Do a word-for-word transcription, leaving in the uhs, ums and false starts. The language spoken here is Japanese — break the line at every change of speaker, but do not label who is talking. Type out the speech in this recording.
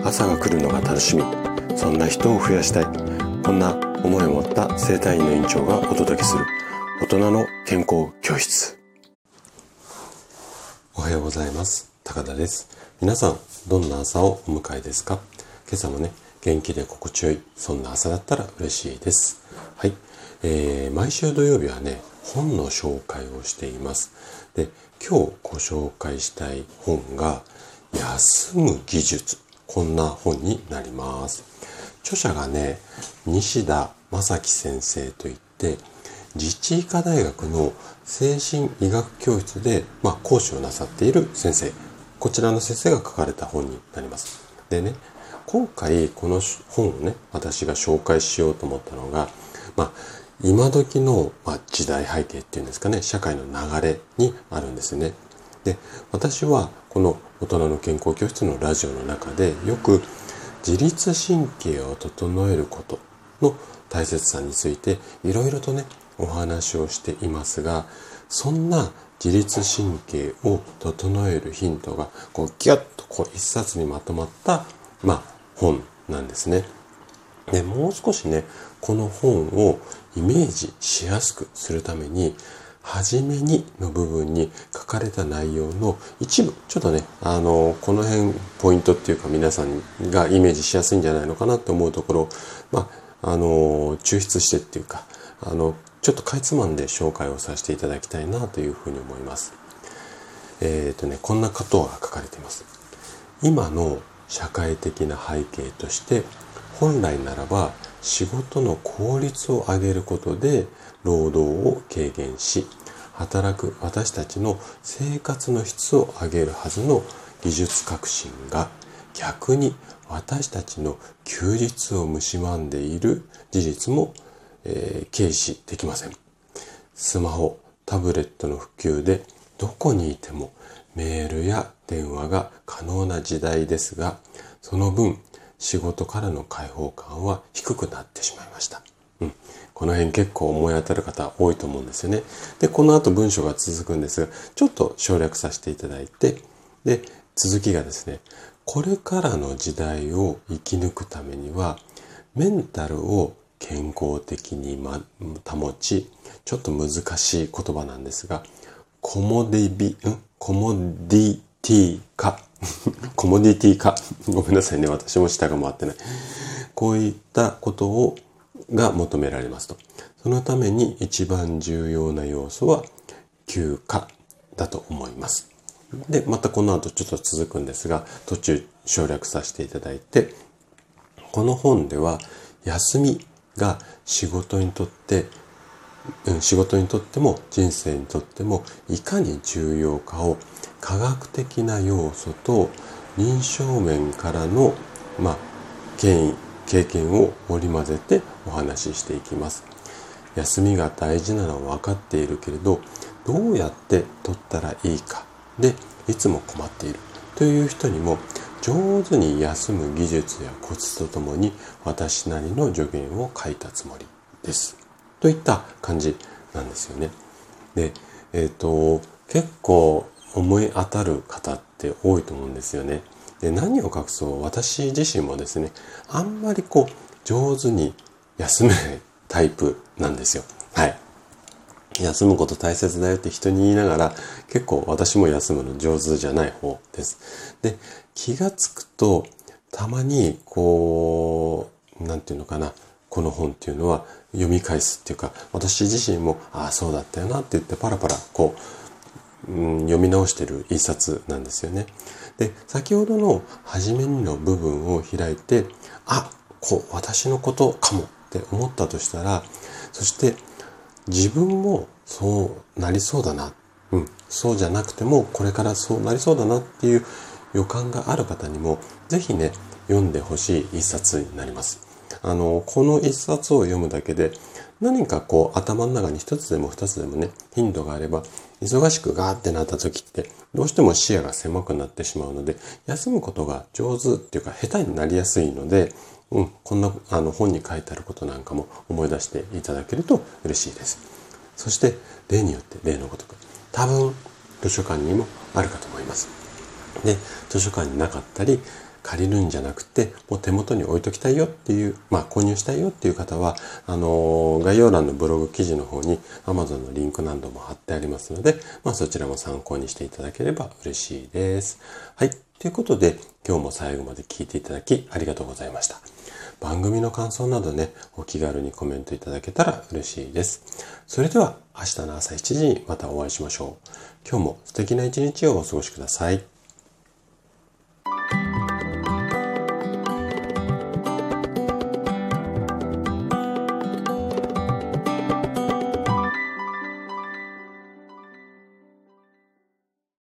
朝が来るのが楽しみ、そんな人を増やしたい、こんな思いを持った整体院の院長がお届けする大人の健康教室。おはようございます。高田です。皆さんどんな朝をお迎えですか？今朝もね、元気で心地よい、そんな朝だったら嬉しいです。はい、えー、毎週土曜日はね、本の紹介をしています。で、今日ご紹介したい本が休む技術、こんな本になります。著者がね、西田正樹先生といって、自治医科大学の精神医学教室で、まあ、講師をなさっている先生、こちらの先生が書かれた本になります。でね、今回この本をね、私が紹介しようと思ったのが、まあ、今時の、まあ、時代背景っていうんですかね、社会の流れにあるんですね。で、私はこの大人の健康教室のラジオの中でよく自律神経を整えることの大切さについていろいろとね、お話をしていますが、そんな自律神経を整えるヒントがこうギュッとこう一冊にまとまったまあ本なんですね。で、もう少しね、この本をイメージしやすくするために、はじめにの部分に書かれた内容の一部、ちょっとね、あの、この辺ポイントっていうか皆さんがイメージしやすいんじゃないのかなと思うところを、まあ、あの、抽出してっていうか、あの、ちょっとかいつまんで紹介をさせていただきたいなというふうに思います。えっとね、こんなことが書かれています。今の社会的な背景として、本来ならば仕事の効率を上げることで労働を軽減し、働く私たちの生活の質を上げるはずの技術革新が、逆に私たちの休日を蝕んでいる事実も、えー、軽視できません。スマホ、タブレットの普及でどこにいてもメールや電話が可能な時代ですが、その分仕事からの解放感は低くなってしまいました。うん、この辺結構思い当たる方多いと思うんですよね。で、この後文章が続くんですが、ちょっと省略させていただいて、で、続きがですね、これからの時代を生き抜くためには、メンタルを健康的に、ま、保ち、ちょっと難しい言葉なんですが、コモデビ、んコモディティ化。コモディティ化。ごめんなさいね。私も舌が回ってない。こういったことを、が求められますと。そのために一番重要な要素は休暇だと思います。で、またこの後ちょっと続くんですが、途中省略させていただいて、この本では休みが仕事にとって、うん、仕事にとっても人生にとってもいかに重要かを科学的な要素と臨床面からの、まあ、権威、経験を織り交ぜてお話ししていきます。休みが大事なのは分かっているけれど、どうやって取ったらいいかでいつも困っているという人にも、上手に休む技術やコツとともに私なりの助言を書いたつもりです。といった感じなんですよね。で、えっと、結構思い当たる方って多いと思うんですよね。で、何を隠そう、私自身もですね、あんまりこう、上手に休めないタイプなんですよ。はい。休むこと大切だよって人に言いながら、結構私も休むの上手じゃない方です。で、気がつくと、たまにこう、なんていうのかな、この本っていうのは読み返すっていうか、私自身も、ああ、そうだったよなって言ってパラパラこう、うん、読み直してる一冊なんですよね。で、先ほどの初めにの部分を開いて、あ、こう、私のことかもって思ったとしたら、そして自分もそうなりそうだな、うん、そうじゃなくてもこれからそうなりそうだなっていう予感がある方にも、ぜひね、読んでほしい一冊になります。あの、この一冊を読むだけで、何かこう頭の中に一つでも二つでもね、ヒントがあれば、忙しくガーってなった時って、どうしても視野が狭くなってしまうので、休むことが上手っていうか下手になりやすいので、うん、こんなあの本に書いてあることなんかも思い出していただけると嬉しいです。そして、例によって例のごとく、多分図書館にもあるかと思います。で、図書館になかったり、 借りるんじゃなくて、もう手元に置いときたいよっていう、まあ購入したいよっていう方は、あのー、概要欄のブログ記事の方に Amazon のリンクなども貼ってありますので、まあそちらも参考にしていただければ嬉しいです。はい。ということで、今日も最後まで聞いていただきありがとうございました。番組の感想などね、お気軽にコメントいただけたら嬉しいです。それでは明日の朝しちじにまたお会いしましょう。今日も素敵な一日をお過ごしください。